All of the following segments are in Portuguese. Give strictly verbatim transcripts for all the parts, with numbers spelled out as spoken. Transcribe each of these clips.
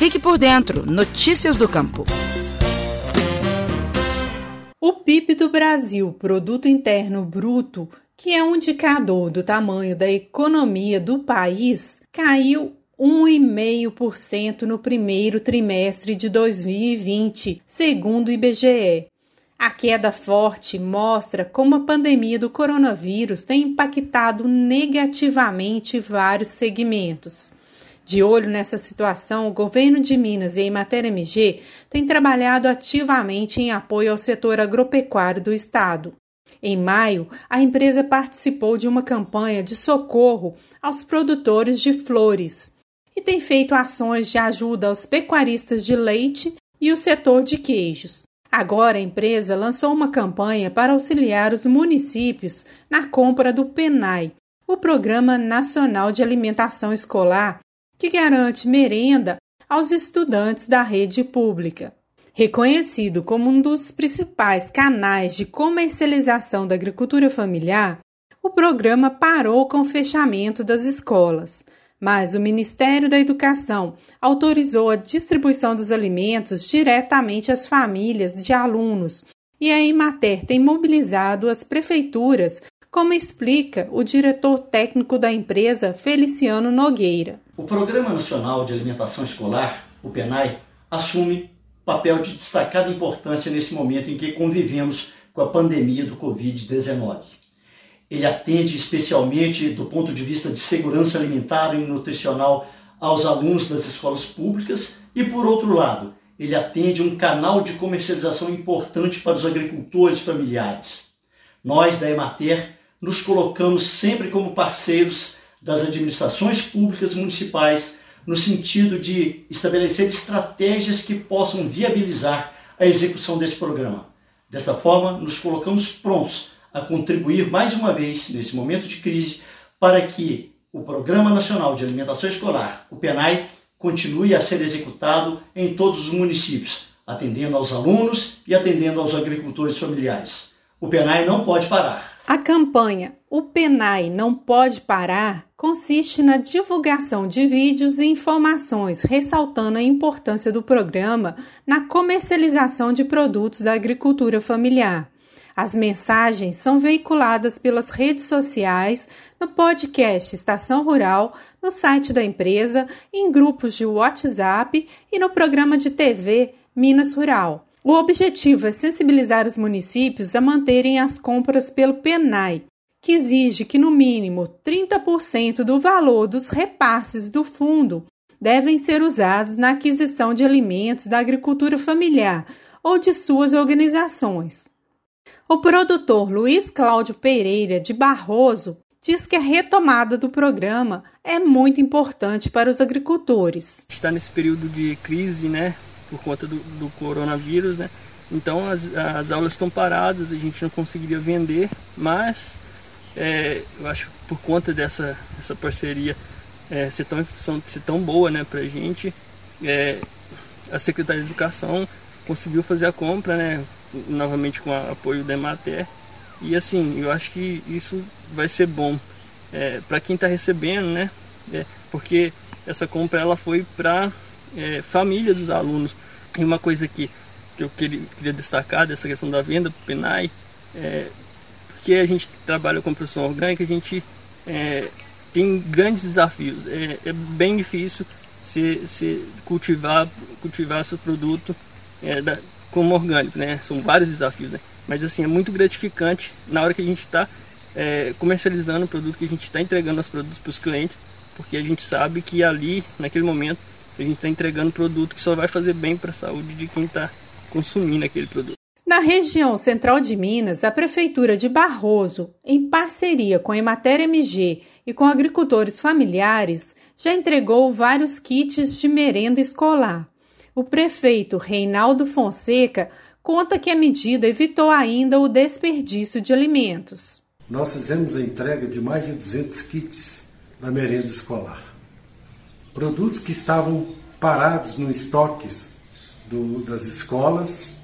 Fique por dentro. Notícias do Campo. O P I B do Brasil, Produto Interno Bruto, que é um indicador do tamanho da economia do país, caiu um vírgula cinco por cento no primeiro trimestre de dois mil e vinte, segundo o I B G E. A queda forte mostra como a pandemia do coronavírus tem impactado negativamente vários segmentos. De olho nessa situação, o governo de Minas e a Emater M G têm trabalhado ativamente em apoio ao setor agropecuário do estado. Em maio, a empresa participou de uma campanha de socorro aos produtores de flores e tem feito ações de ajuda aos pecuaristas de leite e o setor de queijos. Agora, a empresa lançou uma campanha para auxiliar os municípios na compra do PENAI, o Programa Nacional de Alimentação Escolar, que garante merenda aos estudantes da rede pública. Reconhecido como um dos principais canais de comercialização da agricultura familiar, o programa parou com o fechamento das escolas, mas o Ministério da Educação autorizou a distribuição dos alimentos diretamente às famílias de alunos e a Emater tem mobilizado as prefeituras, como explica o diretor técnico da empresa, Feliciano Nogueira. O Programa Nacional de Alimentação Escolar, o PENAI, assume papel de destacada importância nesse momento em que convivemos com a pandemia do covid dezenove. Ele atende especialmente do ponto de vista de segurança alimentar e nutricional aos alunos das escolas públicas e, por outro lado, ele atende um canal de comercialização importante para os agricultores familiares. Nós, da Emater, nos colocamos sempre como parceiros das administrações públicas municipais no sentido de estabelecer estratégias que possam viabilizar a execução desse programa. Desta forma, nos colocamos prontos a contribuir mais uma vez, nesse momento de crise, para que o Programa Nacional de Alimentação Escolar, o PENAI, continue a ser executado em todos os municípios, atendendo aos alunos e atendendo aos agricultores familiares. O PENAI não pode parar. A campanha O PENAI Não Pode Parar consiste na divulgação de vídeos e informações ressaltando a importância do programa na comercialização de produtos da agricultura familiar. As mensagens são veiculadas pelas redes sociais, no podcast Estação Rural, no site da empresa, em grupos de WhatsApp e no programa de T V Minas Rural. O objetivo é sensibilizar os municípios a manterem as compras pelo PENAI, que exige que no mínimo trinta por cento do valor dos repasses do fundo devem ser usados na aquisição de alimentos da agricultura familiar ou de suas organizações. O produtor Luiz Cláudio Pereira de Barroso diz que a retomada do programa é muito importante para os agricultores. Está nesse período de crise, né, por conta do, do coronavírus, né? Então as, as aulas estão paradas, a gente não conseguiria vender, mas é, eu acho que por conta dessa, dessa parceria é, ser, tão, ser tão boa, né, para a gente, é, a Secretaria de Educação conseguiu fazer a compra, né, novamente com o apoio da Emater, e assim, eu acho que isso vai ser bom é, para quem está recebendo, né, é, porque essa compra ela foi para é, família dos alunos. E uma coisa que, que eu queria, queria destacar dessa questão da venda para o PENAI, é, porque a gente trabalha com produção orgânica, a gente é, tem grandes desafios. É, é bem difícil se, se cultivar, cultivar seu produto é, da, como orgânico, né? São vários desafios, né? Mas assim, é muito gratificante na hora que a gente está é, comercializando o produto, que a gente está entregando os produtos para os clientes, porque a gente sabe que ali, naquele momento, a gente está entregando produto que só vai fazer bem para a saúde de quem está consumindo aquele produto. Na região central de Minas, a Prefeitura de Barroso, em parceria com a Emater M G e com agricultores familiares, já entregou vários kits de merenda escolar. O prefeito Reinaldo Fonseca conta que a medida evitou ainda o desperdício de alimentos. Nós fizemos a entrega de mais de duzentos kits da merenda escolar. Produtos que estavam parados no estoques do, das escolas,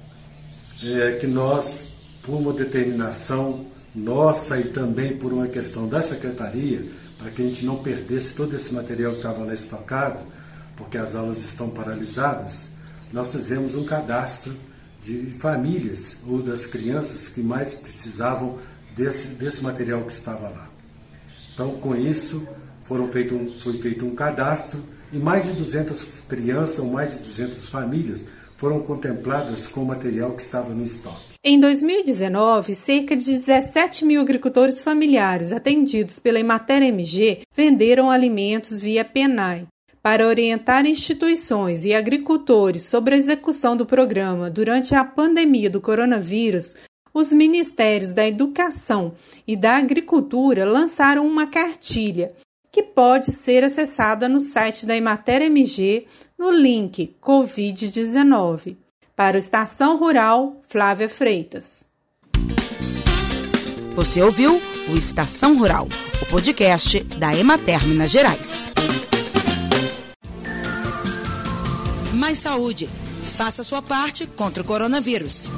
é, que nós, por uma determinação nossa e também por uma questão da secretaria, para que a gente não perdesse todo esse material que estava lá estocado, porque as aulas estão paralisadas, nós fizemos um cadastro de famílias ou das crianças que mais precisavam desse, desse material que estava lá. Então, com isso, foram feito um, foi feito um cadastro e mais de duzentas crianças ou mais de duzentas famílias foram contempladas com o material que estava no estoque. Em dois mil e dezenove, cerca de dezessete mil agricultores familiares atendidos pela Emater M G venderam alimentos via PENAI. Para orientar instituições e agricultores sobre a execução do programa durante a pandemia do coronavírus, os Ministérios da Educação e da Agricultura lançaram uma cartilha que pode ser acessada no site da Emater M G no link covid dezenove. Para o Estação Rural, Flávia Freitas. Você ouviu o Estação Rural, o podcast da Emater Minas Gerais. Mais saúde. Faça sua parte contra o coronavírus.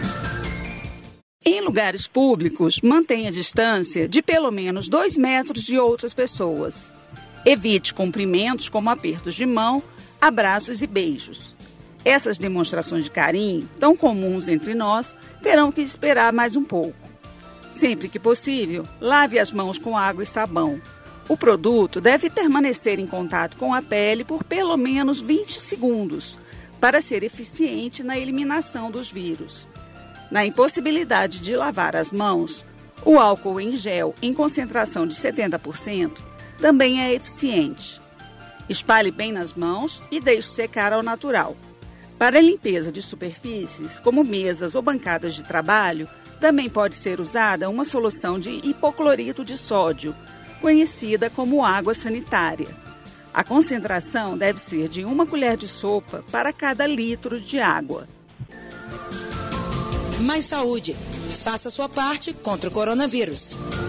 Em lugares públicos, mantenha a distância de pelo menos dois metros de outras pessoas. Evite cumprimentos como apertos de mão, abraços e beijos. Essas demonstrações de carinho, tão comuns entre nós, terão que esperar mais um pouco. Sempre que possível, lave as mãos com água e sabão. O produto deve permanecer em contato com a pele por pelo menos vinte segundos, para ser eficiente na eliminação dos vírus. Na impossibilidade de lavar as mãos, o álcool em gel em concentração de setenta por cento também é eficiente. Espalhe bem nas mãos e deixe secar ao natural. Para a limpeza de superfícies, como mesas ou bancadas de trabalho, também pode ser usada uma solução de hipoclorito de sódio, conhecida como água sanitária. A concentração deve ser de uma colher de sopa para cada litro de água. Mais saúde. Faça sua parte contra o coronavírus.